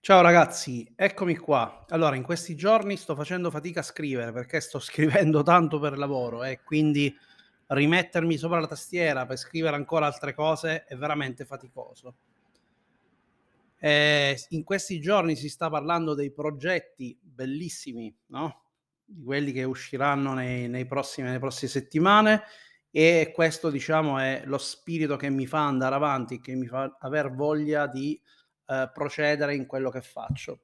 Ciao ragazzi, eccomi qua. Allora, in questi giorni sto facendo fatica a scrivere perché sto scrivendo tanto per lavoro e quindi rimettermi sopra la tastiera per scrivere ancora altre cose è veramente faticoso. In questi giorni si sta parlando dei progetti bellissimi, no, di quelli che usciranno nelle prossime settimane e questo diciamo è lo spirito che mi fa andare avanti, che mi fa aver voglia di, procedere in quello che faccio.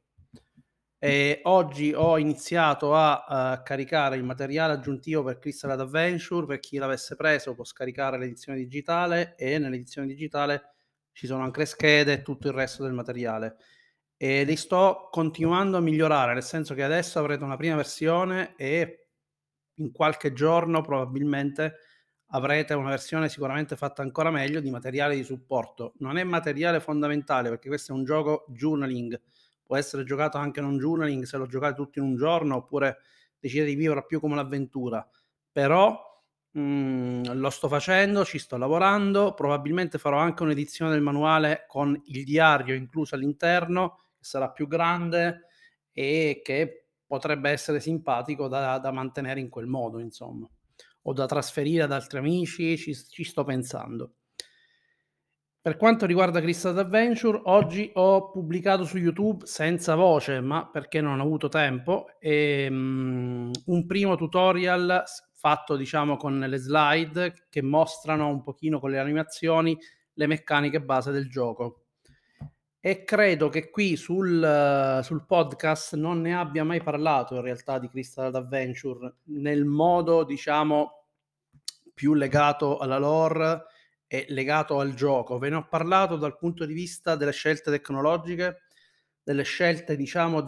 Oggi ho iniziato a caricare il materiale aggiuntivo per Crystal Adventure, per chi l'avesse preso può scaricare l'edizione digitale e nell'edizione digitale ci sono anche le schede e tutto il resto del materiale. E li sto continuando a migliorare, nel senso che adesso avrete una prima versione e in qualche giorno probabilmente avrete una versione sicuramente fatta ancora meglio di materiale di supporto. Non è materiale fondamentale perché questo è un gioco journaling, può essere giocato anche non journaling se lo giocate tutto in un giorno oppure decidete di vivere più come un'avventura. Però lo sto facendo, ci sto lavorando, probabilmente farò anche un'edizione del manuale con il diario incluso all'interno, che sarà più grande e che potrebbe essere simpatico da mantenere in quel modo, insomma, o da trasferire ad altri amici, ci sto pensando. Per quanto riguarda Crystal Adventure, oggi ho pubblicato su YouTube senza voce, ma perché non ho avuto tempo, un primo tutorial fatto diciamo con le slide che mostrano un pochino con le animazioni le meccaniche base del gioco. E credo che qui sul podcast non ne abbia mai parlato in realtà di Crystal Adventure nel modo diciamo più legato alla lore e legato al gioco. Ve ne ho parlato dal punto di vista delle scelte tecnologiche, delle scelte diciamo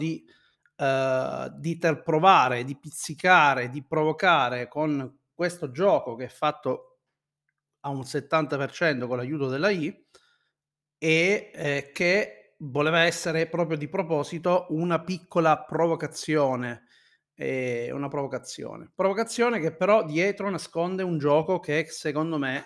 di provare, di pizzicare, di provocare con questo gioco che è fatto a un 70% con l'aiuto dell'AI e che voleva essere proprio di proposito una piccola provocazione, una provocazione. Provocazione che però dietro nasconde un gioco che secondo me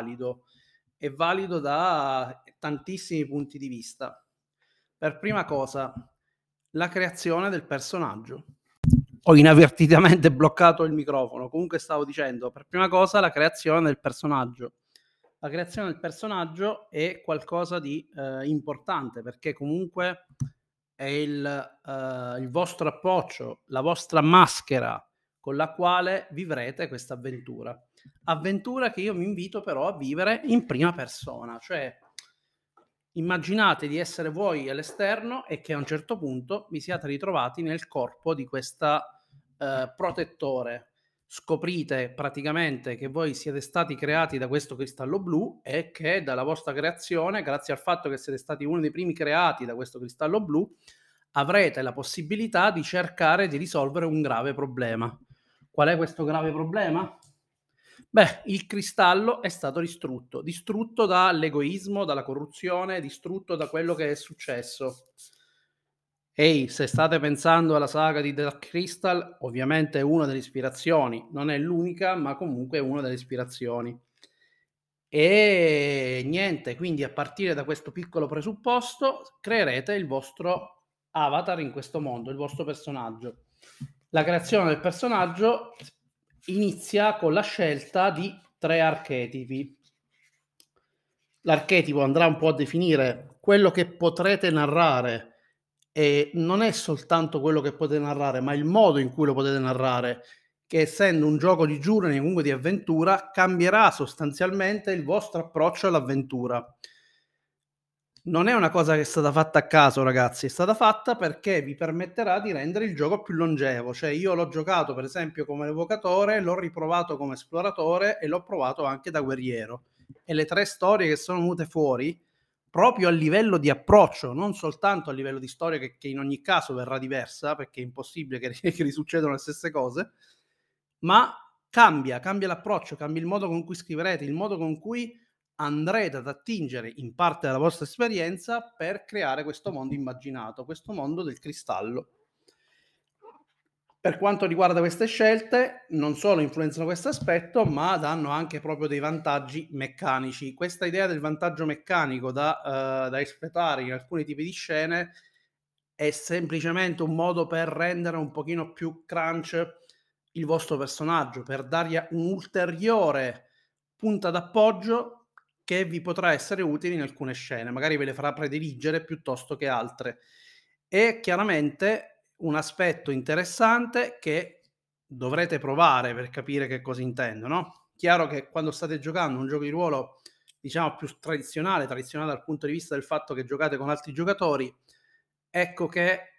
è valido da tantissimi punti di vista. Per prima cosa, la creazione del personaggio. Ho inavvertitamente bloccato il microfono. Comunque stavo dicendo, per prima cosa, la creazione del personaggio. La creazione del personaggio è qualcosa di importante perché comunque è il vostro approccio, la vostra maschera con la quale vivrete questa avventura. Avventura che io mi invito però a vivere in prima persona, cioè immaginate di essere voi all'esterno e che a un certo punto vi siate ritrovati nel corpo di questa protettore. Scoprite praticamente che voi siete stati creati da questo cristallo blu e che dalla vostra creazione, grazie al fatto che siete stati uno dei primi creati da questo cristallo blu, avrete la possibilità di cercare di risolvere un grave problema. Qual è questo grave problema? Beh, il cristallo è stato distrutto dall'egoismo, dalla corruzione, distrutto da quello che è successo. Ehi, se state pensando alla saga di Dark Crystal, ovviamente è una delle ispirazioni, non è l'unica, ma comunque è una delle ispirazioni. E niente, quindi a partire da questo piccolo presupposto creerete il vostro avatar in questo mondo, il vostro personaggio. La creazione del personaggio inizia con la scelta di 3 archetipi. L'archetipo andrà un po' a definire quello che potrete narrare e non è soltanto quello che potete narrare, ma il modo in cui lo potete narrare, che essendo un gioco di journey, comunque di avventura, cambierà sostanzialmente il vostro approccio all'avventura. Non è una cosa che è stata fatta a caso, ragazzi, è stata fatta perché vi permetterà di rendere il gioco più longevo. Cioè, io l'ho giocato, per esempio, come evocatore, l'ho riprovato come esploratore e l'ho provato anche da guerriero. E le 3 storie che sono venute fuori, proprio a livello di approccio, non soltanto a livello di storia, che in ogni caso verrà diversa, perché è impossibile che risuccedano le stesse cose, ma cambia l'approccio, cambia il modo con cui scriverete, il modo con cui andrete ad attingere in parte dalla vostra esperienza per creare questo mondo immaginato, questo mondo del cristallo. Per quanto riguarda queste scelte, non solo influenzano questo aspetto, ma danno anche proprio dei vantaggi meccanici. Questa idea del vantaggio meccanico da espletare in alcuni tipi di scene è semplicemente un modo per rendere un pochino più crunch il vostro personaggio, per dargli un'ulteriore punta d'appoggio che vi potrà essere utile in alcune scene, magari ve le farà prediligere piuttosto che altre. E chiaramente un aspetto interessante che dovrete provare per capire che cosa intendo, no, chiaro che quando state giocando un gioco di ruolo, diciamo più tradizionale dal punto di vista del fatto che giocate con altri giocatori, ecco che,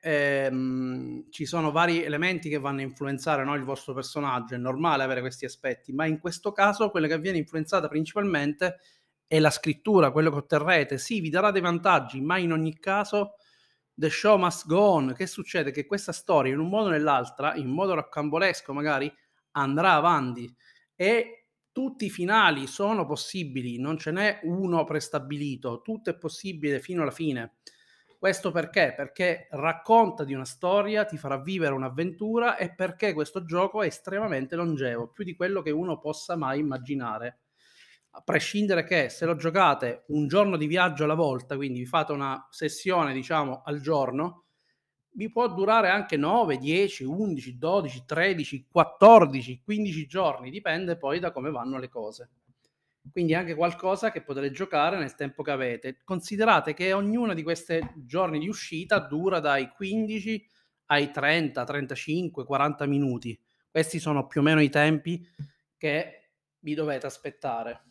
ci sono vari elementi che vanno a influenzare, no, il vostro personaggio. È normale avere questi aspetti, ma in questo caso quella che viene influenzata principalmente è la scrittura, quello che otterrete. Sì, vi darà dei vantaggi, ma in ogni caso the show must go on. Che succede? Che questa storia in un modo o nell'altra, in modo rocambolesco magari, andrà avanti e tutti i finali sono possibili, non ce n'è uno prestabilito, tutto è possibile fino alla fine. Questo perché? Perché racconta di una storia, ti farà vivere un'avventura e perché questo gioco è estremamente longevo, più di quello che uno possa mai immaginare. A prescindere che se lo giocate un giorno di viaggio alla volta, quindi vi fate una sessione, diciamo, al giorno, vi può durare anche 9, 10, 11, 12, 13, 14, 15 giorni, dipende poi da come vanno le cose. Quindi è anche qualcosa che potete giocare nel tempo che avete. Considerate che ognuna di queste giorni di uscita dura dai 15 ai 30, 35, 40 minuti. Questi sono più o meno i tempi che vi dovete aspettare.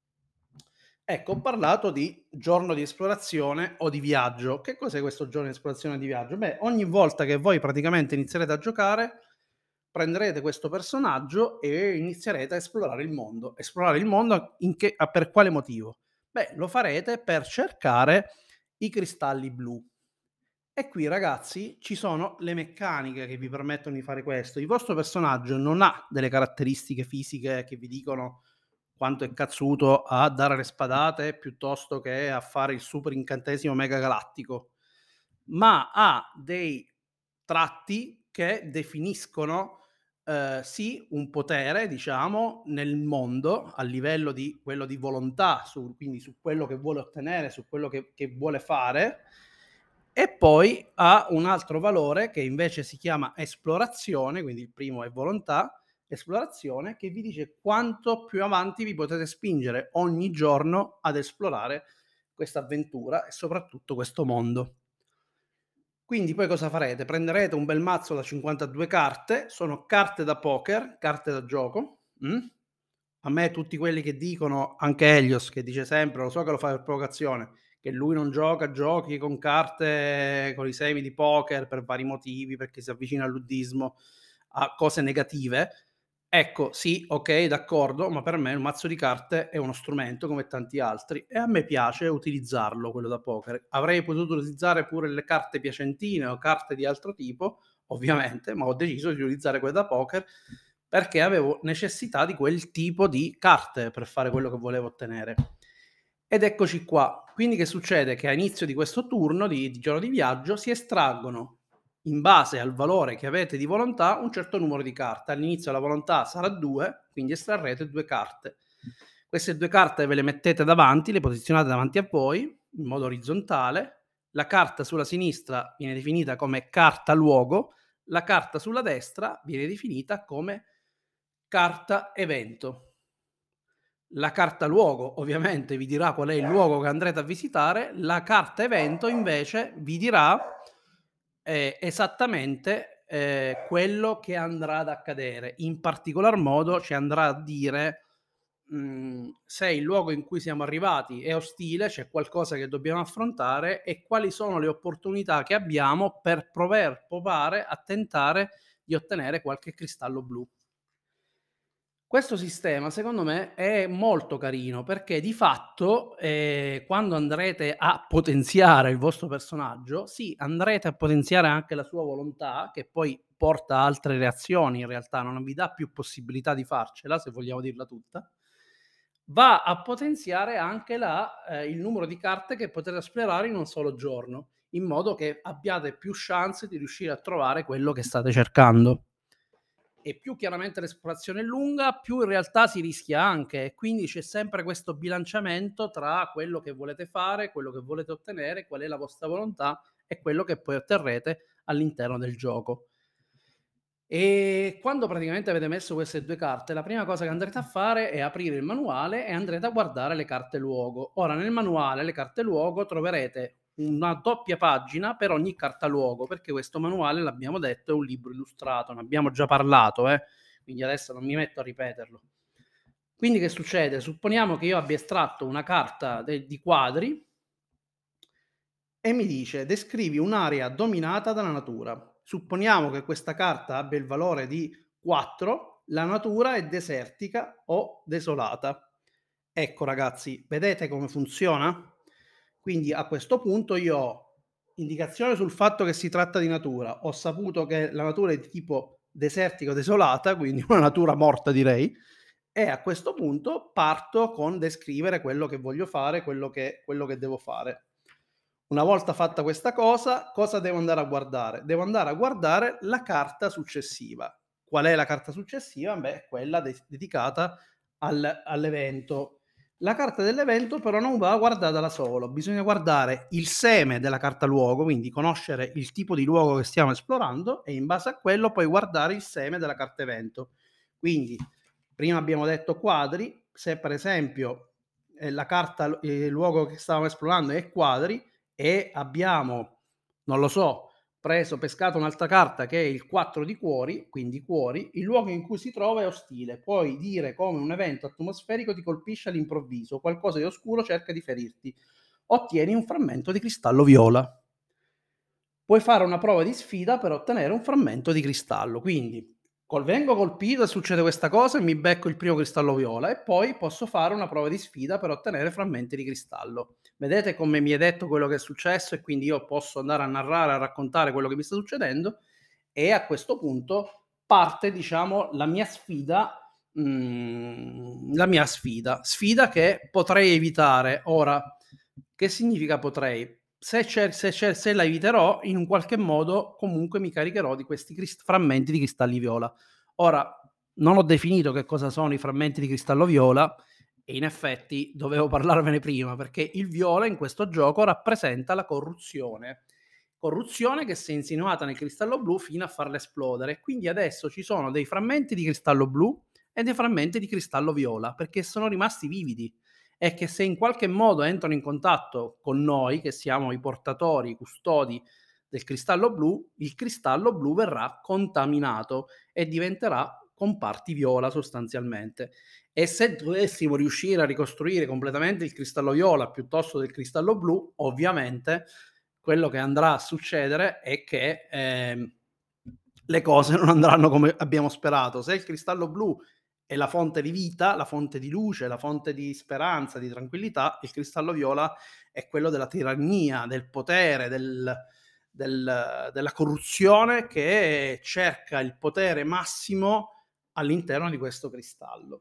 Ecco, ho parlato di giorno di esplorazione o di viaggio. Che cos'è questo giorno di esplorazione o di viaggio? Beh, ogni volta che voi praticamente inizierete a giocare, prenderete questo personaggio e inizierete a esplorare il mondo. Esplorare il mondo per quale motivo? Beh, lo farete per cercare i cristalli blu. E qui, ragazzi, ci sono le meccaniche che vi permettono di fare questo. Il vostro personaggio non ha delle caratteristiche fisiche che vi dicono quanto è cazzuto a dare le spadate piuttosto che a fare il super incantesimo mega galattico, ma ha dei tratti che definiscono, sì, un potere, diciamo, nel mondo a livello di quello di volontà, quindi su quello che vuole ottenere, su quello che vuole fare, e poi ha un altro valore che invece si chiama esplorazione, quindi il primo è volontà, esplorazione, che vi dice quanto più avanti vi potete spingere ogni giorno ad esplorare questa avventura e soprattutto questo mondo. Quindi poi cosa farete? Prenderete un bel mazzo da 52 carte, sono carte da poker, carte da gioco. A me tutti quelli che dicono, anche Helios che dice sempre, lo so che lo fa per provocazione, che lui non gioca giochi con carte, con i semi di poker per vari motivi, perché si avvicina al luddismo, a cose negative. Ecco, sì, okay, d'accordo, ma per me il mazzo di carte è uno strumento come tanti altri e a me piace utilizzarlo quello da poker. Avrei potuto utilizzare pure le carte piacentine o carte di altro tipo, ovviamente, ma ho deciso di utilizzare quelle da poker perché avevo necessità di quel tipo di carte per fare quello che volevo ottenere. Ed eccoci qua. Quindi che succede? Che a inizio di questo turno di giorno di viaggio si estraggono, in base al valore che avete di volontà, un certo numero di carte. All'inizio la volontà sarà 2, quindi estrarrete 2 carte. Queste 2 carte ve le mettete davanti, le posizionate davanti a voi in modo orizzontale. La carta sulla sinistra viene definita come carta luogo, la carta sulla destra viene definita come carta evento. La carta luogo ovviamente vi dirà qual è il luogo che andrete a visitare, la carta evento invece vi dirà, esattamente, quello che andrà ad accadere. In particolar modo ci andrà a dire, se il luogo in cui siamo arrivati è ostile, c'è qualcosa che dobbiamo affrontare e quali sono le opportunità che abbiamo per provare a tentare di ottenere qualche cristallo blu. Questo sistema secondo me è molto carino perché di fatto, quando andrete a potenziare il vostro personaggio, sì, andrete a potenziare anche la sua volontà, che poi porta a altre reazioni in realtà, non vi dà più possibilità di farcela, se vogliamo dirla tutta, va a potenziare anche il numero di carte che potete esplorare in un solo giorno, in modo che abbiate più chance di riuscire a trovare quello che state cercando. E più chiaramente l'esplorazione è lunga, più in realtà si rischia anche e quindi c'è sempre questo bilanciamento tra quello che volete fare, quello che volete ottenere, qual è la vostra volontà è quello che poi otterrete all'interno del gioco. E quando praticamente avete messo queste 2 carte, la prima cosa che andrete a fare è aprire il manuale e andrete a guardare le carte luogo. Ora nel manuale, le carte luogo, troverete una doppia pagina per ogni carta luogo, perché questo manuale, l'abbiamo detto, è un libro illustrato, ne abbiamo già parlato, quindi adesso non mi metto a ripeterlo. Quindi che succede? Supponiamo che io abbia estratto una carta di quadri e mi dice: descrivi un'area dominata dalla natura. Supponiamo che questa carta abbia il valore di 4, la natura è desertica o desolata. Ecco ragazzi, vedete come funziona? Quindi a questo punto io ho indicazione sul fatto che si tratta di natura, ho saputo che la natura è di tipo desertica o desolata, quindi una natura morta direi, e a questo punto parto con descrivere quello che voglio fare, quello che devo fare. Una volta fatta questa cosa devo andare a guardare? Devo andare a guardare la carta successiva. Qual è la carta successiva? Beh, è quella dedicata all'evento. La carta dell'evento però non va guardata da solo, bisogna guardare il seme della carta luogo, quindi conoscere il tipo di luogo che stiamo esplorando e in base a quello poi guardare il seme della carta evento. Quindi prima abbiamo detto quadri, se per esempio la carta, il luogo che stavamo esplorando è quadri e abbiamo, non lo so, pescato un'altra carta che è il 4 di cuori, quindi cuori, il luogo in cui si trova è ostile. Puoi dire come un evento atmosferico ti colpisce all'improvviso, qualcosa di oscuro cerca di ferirti. Ottieni un frammento di cristallo viola. Puoi fare una prova di sfida per ottenere un frammento di cristallo. Quindi vengo colpito e succede questa cosa e mi becco il primo cristallo viola e poi posso fare una prova di sfida per ottenere frammenti di cristallo. Vedete come mi è detto quello che è successo e quindi io posso andare a narrare, a raccontare quello che mi sta succedendo e a questo punto parte, diciamo, la mia sfida, sfida che potrei evitare. Ora, che significa potrei? Se la eviterò, in un qualche modo comunque mi caricherò di questi frammenti di cristalli viola. Ora, non ho definito che cosa sono i frammenti di cristallo viola e in effetti dovevo parlarvene prima, perché il viola in questo gioco rappresenta la corruzione. Corruzione che si è insinuata nel cristallo blu fino a farla esplodere. Quindi adesso ci sono dei frammenti di cristallo blu e dei frammenti di cristallo viola, perché sono rimasti vividi e che se in qualche modo entrano in contatto con noi, che siamo i portatori, i custodi del cristallo blu, il cristallo blu verrà contaminato e diventerà con parti viola sostanzialmente. E se dovessimo riuscire a ricostruire completamente il cristallo viola piuttosto del cristallo blu, ovviamente quello che andrà a succedere è che le cose non andranno come abbiamo sperato. Se il cristallo blu è la fonte di vita, la fonte di luce, la fonte di speranza, di tranquillità, il cristallo viola è quello della tirannia, del potere, della corruzione che cerca il potere massimo all'interno di questo cristallo.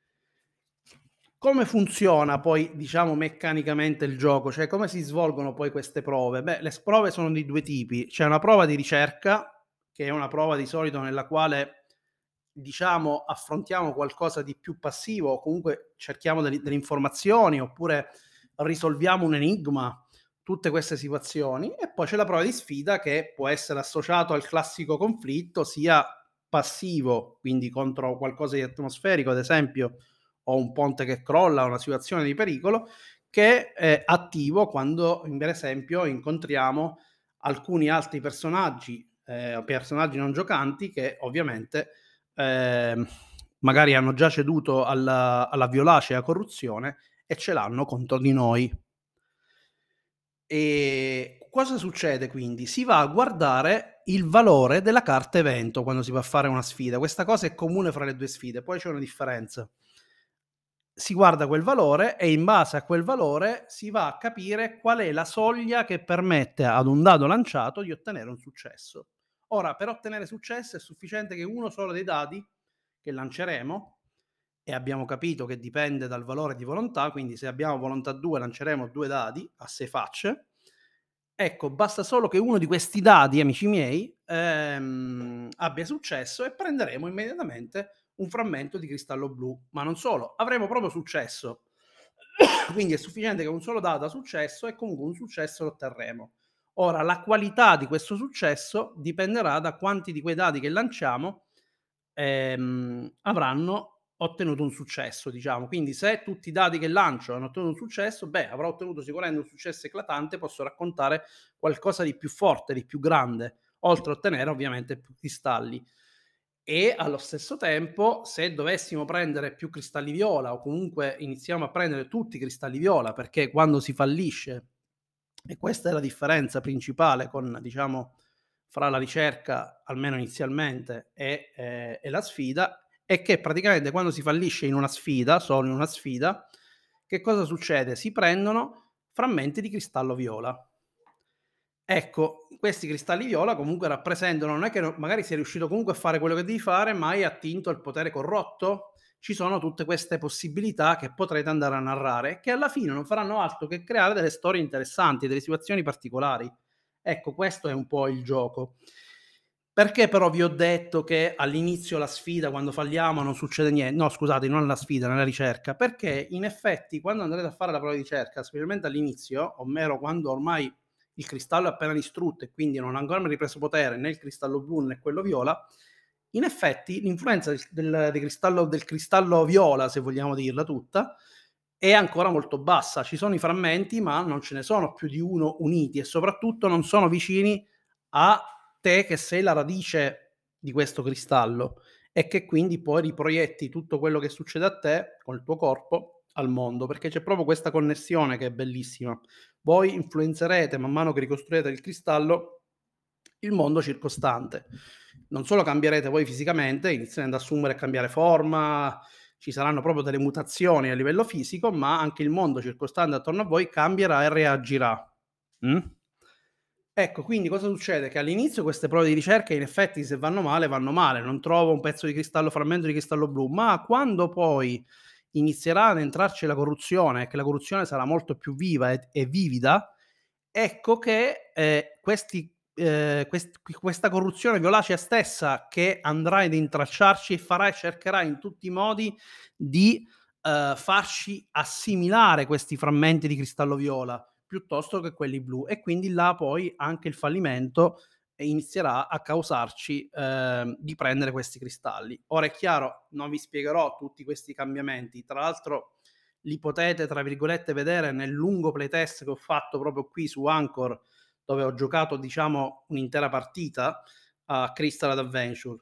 Come funziona poi, diciamo, meccanicamente il gioco? Cioè, come si svolgono poi queste prove? Beh, le prove sono di 2 tipi. C'è una prova di ricerca, che è una prova di solito nella quale, diciamo, affrontiamo qualcosa di più passivo o comunque cerchiamo delle informazioni oppure risolviamo un enigma, tutte queste situazioni. E poi c'è la prova di sfida che può essere associato al classico conflitto, sia passivo, quindi contro qualcosa di atmosferico, ad esempio, o un ponte che crolla, una situazione di pericolo, che è attivo quando, per esempio, incontriamo alcuni altri personaggi non giocanti che ovviamente magari hanno già ceduto alla violacea corruzione e ce l'hanno contro di noi. E cosa succede quindi? Si va a guardare il valore della carta evento quando si va a fare una sfida. Questa cosa è comune fra le 2 sfide, poi c'è una differenza. Si guarda quel valore e in base a quel valore si va a capire qual è la soglia che permette ad un dado lanciato di ottenere un successo. Ora, per ottenere successo è sufficiente che uno solo dei dadi che lanceremo, e abbiamo capito che dipende dal valore di volontà, quindi se abbiamo volontà 2 lanceremo 2 dadi a 6 facce. Ecco, basta solo che uno di questi dadi, amici miei, abbia successo e prenderemo immediatamente un frammento di cristallo blu. Ma non solo, avremo proprio successo. Quindi è sufficiente che un solo dado ha successo e comunque un successo lo otterremo. Ora, la qualità di questo successo dipenderà da quanti di quei dadi che lanciamo, avranno ottenuto un successo, diciamo. Quindi se tutti i dati che lancio hanno ottenuto un successo, beh, avrò ottenuto sicuramente un successo eclatante, posso raccontare qualcosa di più forte, di più grande, oltre a ottenere ovviamente più cristalli. E allo stesso tempo, se dovessimo prendere più cristalli viola o comunque iniziamo a prendere tutti i cristalli viola, perché quando si fallisce, e questa è la differenza principale con diciamo fra la ricerca, almeno inizialmente, e la sfida, è che praticamente quando si fallisce in una sfida, solo in una sfida, che cosa succede? Si prendono frammenti di cristallo viola. Ecco, questi cristalli viola comunque rappresentano non è che magari sei riuscito comunque a fare quello che devi fare, ma hai attinto il potere corrotto? Ci sono tutte queste possibilità che potrete andare a narrare, che alla fine non faranno altro che creare delle storie interessanti, delle situazioni particolari. Ecco, questo è un po' il gioco. Perché però vi ho detto che all'inizio la sfida, quando falliamo, non succede no, scusate, non la sfida, nella ricerca, perché in effetti quando andrete a fare la prova di ricerca, specialmente all'inizio, ovvero quando ormai il cristallo è appena distrutto e quindi non ha ancora ripreso potere né il cristallo blu né quello viola, in effetti l'influenza del cristallo viola, se vogliamo dirla tutta, è ancora molto bassa. Ci sono i frammenti, ma non ce ne sono più di uno uniti e soprattutto non sono vicini a te che sei la radice di questo cristallo e che quindi poi riproietti tutto quello che succede a te con il tuo corpo al mondo, perché c'è proprio questa connessione che è bellissima. Voi influenzerete man mano che ricostruite il cristallo il mondo circostante. Non solo cambierete voi fisicamente, inizierete ad assumere e cambiare forma, ci saranno proprio delle mutazioni a livello fisico, ma anche il mondo circostante attorno a voi cambierà e reagirà. Mm? Ecco, quindi cosa succede? Che all'inizio queste prove di ricerca in effetti se vanno male, vanno male, non trovo un pezzo di cristallo, frammento di cristallo blu, ma quando poi inizierà ad entrarci la corruzione, e che la corruzione sarà molto più viva e vivida, ecco che, questa corruzione violacea stessa che andrà ad intralciarci farà e cercherà in tutti i modi di, farci assimilare questi frammenti di cristallo viola, piuttosto che quelli blu e quindi là poi anche il fallimento inizierà a causarci, di prendere questi cristalli. Ora è chiaro, non vi spiegherò tutti questi cambiamenti, tra l'altro li potete, tra virgolette, vedere nel lungo playtest che ho fatto proprio qui su Anchor, dove ho giocato, diciamo, un'intera partita a Crystal Adventure.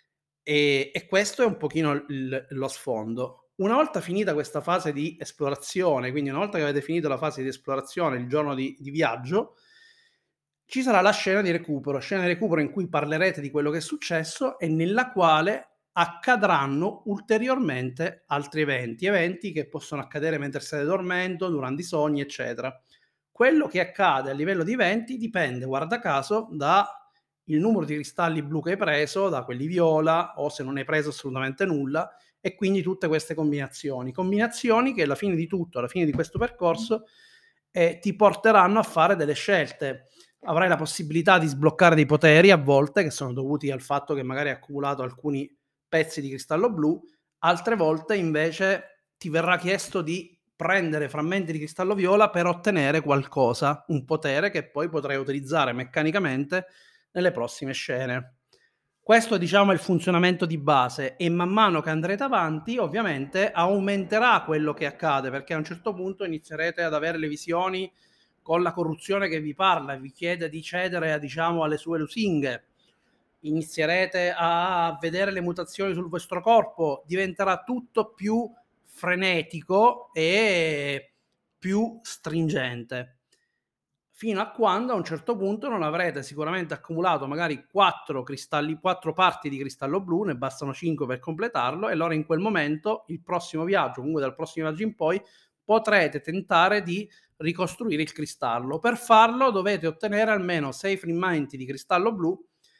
E questo è un pochino lo sfondo. Una volta finita questa fase di esplorazione, quindi una volta che avete finito la fase di esplorazione, il giorno di viaggio, ci sarà la scena di recupero in cui parlerete di quello che è successo e nella quale accadranno ulteriormente altri eventi che possono accadere mentre state dormendo, durante i sogni, eccetera. Quello che accade a livello di eventi dipende, guarda caso, da il numero di cristalli blu che hai preso, da quelli viola o se non hai preso assolutamente nulla e quindi tutte queste combinazioni. Combinazioni che alla fine di tutto, alla fine di questo percorso, ti porteranno a fare delle scelte. Avrai la possibilità di sbloccare dei poteri a volte che sono dovuti al fatto che magari hai accumulato alcuni pezzi di cristallo blu, altre volte invece ti verrà chiesto di prendere frammenti di cristallo viola per ottenere qualcosa, un potere che poi potrai utilizzare meccanicamente nelle prossime scene. Questo diciamo è il funzionamento di base e man mano che andrete avanti ovviamente aumenterà quello che accade perché a un certo punto inizierete ad avere le visioni con la corruzione che vi parla e vi chiede di cedere diciamo alle sue lusinghe, inizierete a vedere le mutazioni sul vostro corpo, diventerà tutto più frenetico e più stringente. Fino a quando a un certo punto non avrete sicuramente accumulato magari 4 cristalli, 4 parti di cristallo blu, ne bastano 5 per completarlo, e allora in quel momento, il prossimo viaggio, comunque dal prossimo viaggio in poi, potrete tentare di ricostruire il cristallo. Per farlo dovete ottenere almeno 6 frammenti di cristallo blu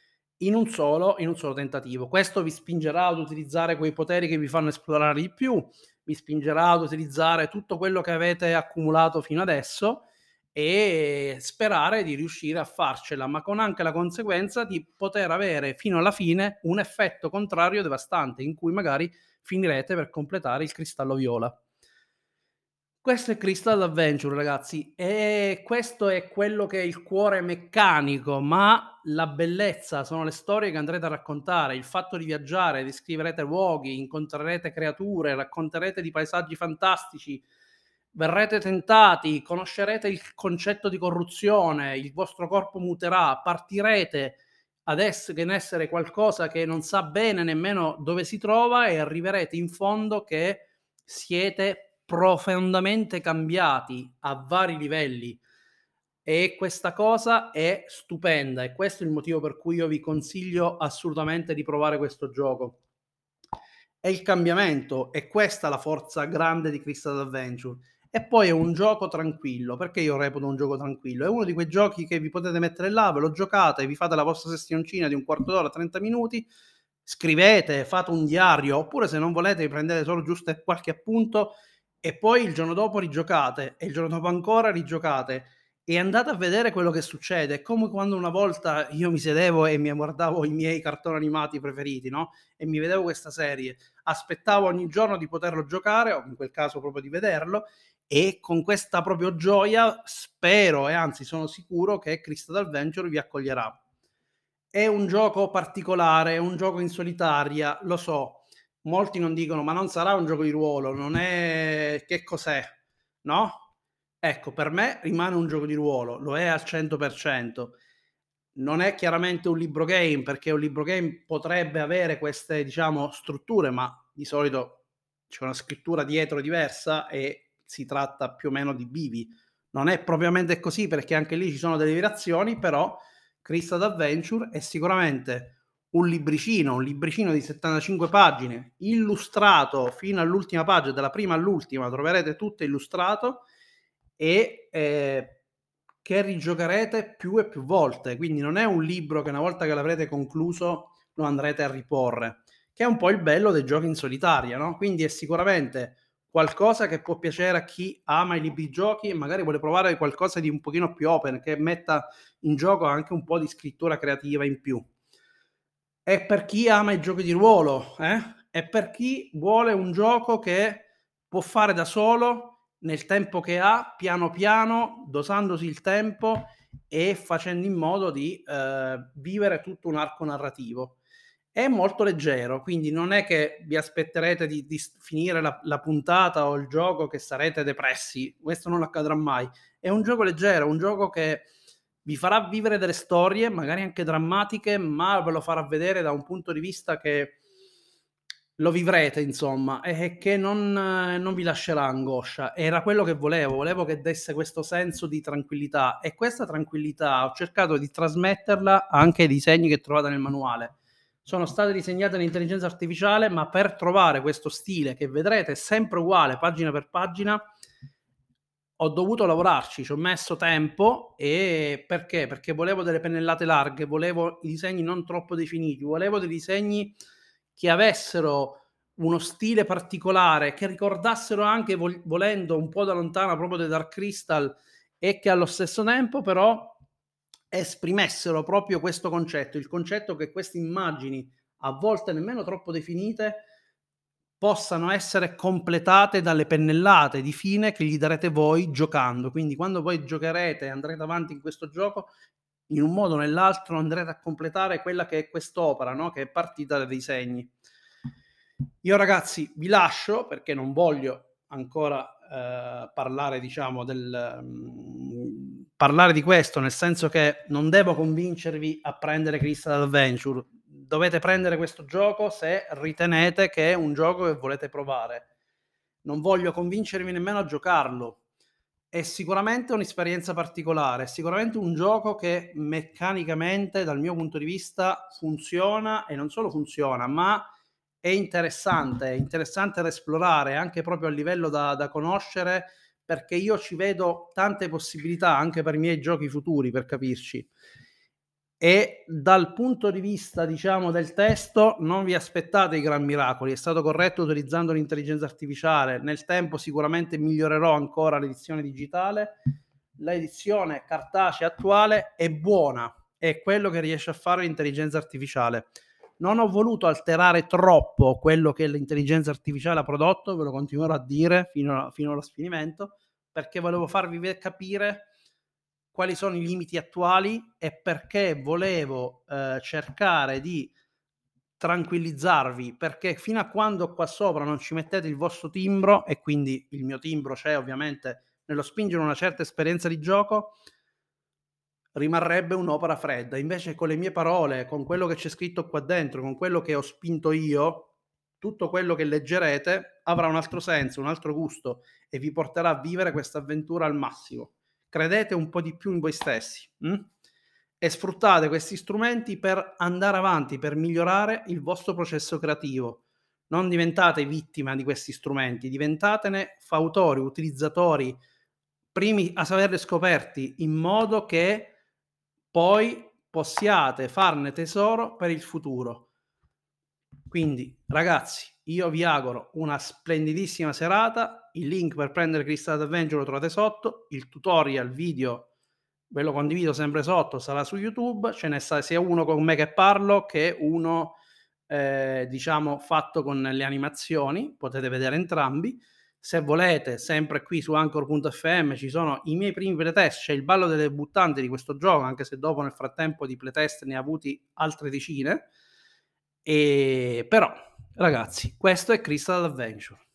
in un solo tentativo. Questo vi spingerà ad utilizzare quei poteri che vi fanno esplorare di più, vi spingerà ad utilizzare tutto quello che avete accumulato fino adesso e sperare di riuscire a farcela, ma con anche la conseguenza di poter avere fino alla fine un effetto contrario devastante, in cui magari finirete per completare il cristallo viola. Questo è Crystal Adventure ragazzi, e questo è quello che è il cuore meccanico, ma la bellezza sono le storie che andrete a raccontare, il fatto di viaggiare, descriverete luoghi, incontrerete creature, racconterete di paesaggi fantastici, verrete tentati, conoscerete il concetto di corruzione, il vostro corpo muterà, partirete in essere qualcosa che non sa bene nemmeno dove si trova e arriverete in fondo che siete profondamente cambiati a vari livelli e questa cosa è stupenda e questo è il motivo per cui io vi consiglio assolutamente di provare questo gioco. È il cambiamento, è questa la forza grande di Crystal Adventure. E poi è un gioco tranquillo. Perché io reputo un gioco tranquillo? È uno di quei giochi che vi potete mettere là, ve lo giocate, vi fate la vostra sessioncina di un quarto d'ora, 30 minuti, scrivete, fate un diario, oppure se non volete vi prendete solo giusto qualche appunto e poi il giorno dopo rigiocate e il giorno dopo ancora rigiocate e andate a vedere quello che succede. È come quando una volta io mi sedevo e mi guardavo i miei cartoni animati preferiti, no? E mi vedevo questa serie. Aspettavo ogni giorno di poterlo giocare, o in quel caso proprio di vederlo, e con questa proprio gioia spero e anzi sono sicuro che Crystal Adventure vi accoglierà. È un gioco particolare, è un gioco in solitaria, lo so. Molti non dicono: "Ma non sarà un gioco di ruolo, non è che cos'è?" No? Ecco, per me rimane un gioco di ruolo, lo è al 100%. Non è chiaramente un libro game, perché un libro game potrebbe avere queste, diciamo, strutture, ma di solito c'è una scrittura dietro diversa e si tratta più o meno di bivi. Non è propriamente così, perché anche lì ci sono delle variazioni, però Crystal Adventure è sicuramente un libricino di 75 pagine, illustrato fino all'ultima pagina, dalla prima all'ultima troverete tutto illustrato e, che rigiocherete più e più volte. Quindi non è un libro che una volta che l'avrete concluso lo andrete a riporre, che è un po' il bello dei giochi in solitaria, no, quindi è sicuramente qualcosa che può piacere a chi ama i libri giochi e magari vuole provare qualcosa di un pochino più open, che metta in gioco anche un po' di scrittura creativa in più. E per chi ama i giochi di ruolo, e per chi vuole un gioco che può fare da solo nel tempo che ha, piano piano, dosandosi il tempo e facendo in modo di, vivere tutto un arco narrativo. È molto leggero, quindi non è che vi aspetterete di finire la puntata o il gioco che sarete depressi, questo non accadrà mai. È un gioco leggero, un gioco che vi farà vivere delle storie, magari anche drammatiche, ma ve lo farà vedere da un punto di vista che lo vivrete insomma, e che non vi lascerà angoscia. Era quello che volevo che desse questo senso di tranquillità e questa tranquillità ho cercato di trasmetterla anche ai disegni che trovate nel manuale. Sono state disegnate in intelligenza artificiale, ma per trovare questo stile che vedrete sempre uguale pagina per pagina ho dovuto lavorarci, ci ho messo tempo perché? Perché volevo delle pennellate larghe, volevo i disegni non troppo definiti, volevo dei disegni che avessero uno stile particolare, che ricordassero anche volendo un po' da lontano proprio The Dark Crystal e che allo stesso tempo però esprimessero proprio questo concetto, il concetto che queste immagini, a volte nemmeno troppo definite, possano essere completate dalle pennellate di fine che gli darete voi giocando. Quindi quando voi giocherete e andrete avanti in questo gioco, in un modo o nell'altro andrete a completare quella che è quest'opera, no, che è partita dai disegni. Io ragazzi vi lascio perché non voglio ancora, parlare diciamo parlare di questo, nel senso che non devo convincervi a prendere Crystal Adventure. Dovete prendere questo gioco se ritenete che è un gioco che volete provare. Non voglio convincervi nemmeno a giocarlo. È sicuramente un'esperienza particolare, è sicuramente un gioco che meccanicamente, dal mio punto di vista, funziona e non solo funziona, ma è interessante da esplorare, anche proprio a livello da conoscere, perché io ci vedo tante possibilità anche per i miei giochi futuri, per capirci. E dal punto di vista, diciamo, del testo non vi aspettate i gran miracoli, è stato corretto utilizzando l'intelligenza artificiale. Nel tempo sicuramente migliorerò ancora l'edizione digitale. L'edizione cartacea attuale è buona, è quello che riesce a fare l'intelligenza artificiale. Non ho voluto alterare troppo quello che l'intelligenza artificiale ha prodotto, ve lo continuerò a dire fino allo sfinimento, perché volevo farvi capire quali sono i limiti attuali e perché volevo, cercare di tranquillizzarvi, perché fino a quando qua sopra non ci mettete il vostro timbro, e quindi il mio timbro c'è ovviamente nello spingere una certa esperienza di gioco, rimarrebbe un'opera fredda. Invece con le mie parole, con quello che c'è scritto qua dentro, con quello che ho spinto io, tutto quello che leggerete avrà un altro senso, un altro gusto e vi porterà a vivere questa avventura al massimo. Credete un po' di più in voi stessi, e sfruttate questi strumenti per andare avanti, per migliorare il vostro processo creativo. Non diventate vittima di questi strumenti, diventatene fautori, utilizzatori, primi a averli scoperti, in modo che poi possiate farne tesoro per il futuro. Quindi ragazzi, io vi auguro una splendidissima serata, il link per prendere Crystal Adventure lo trovate sotto, il tutorial video ve lo condivido sempre sotto, sarà su YouTube, ce ne sta sia uno con me che parlo che uno diciamo fatto con le animazioni, potete vedere entrambi. Se volete, sempre qui su Anchor.fm ci sono i miei primi playtest, c'è il ballo delle debuttanti di questo gioco, anche se dopo nel frattempo di playtest ne ha avuti altre decine. Però ragazzi, questo è Crystal Adventure.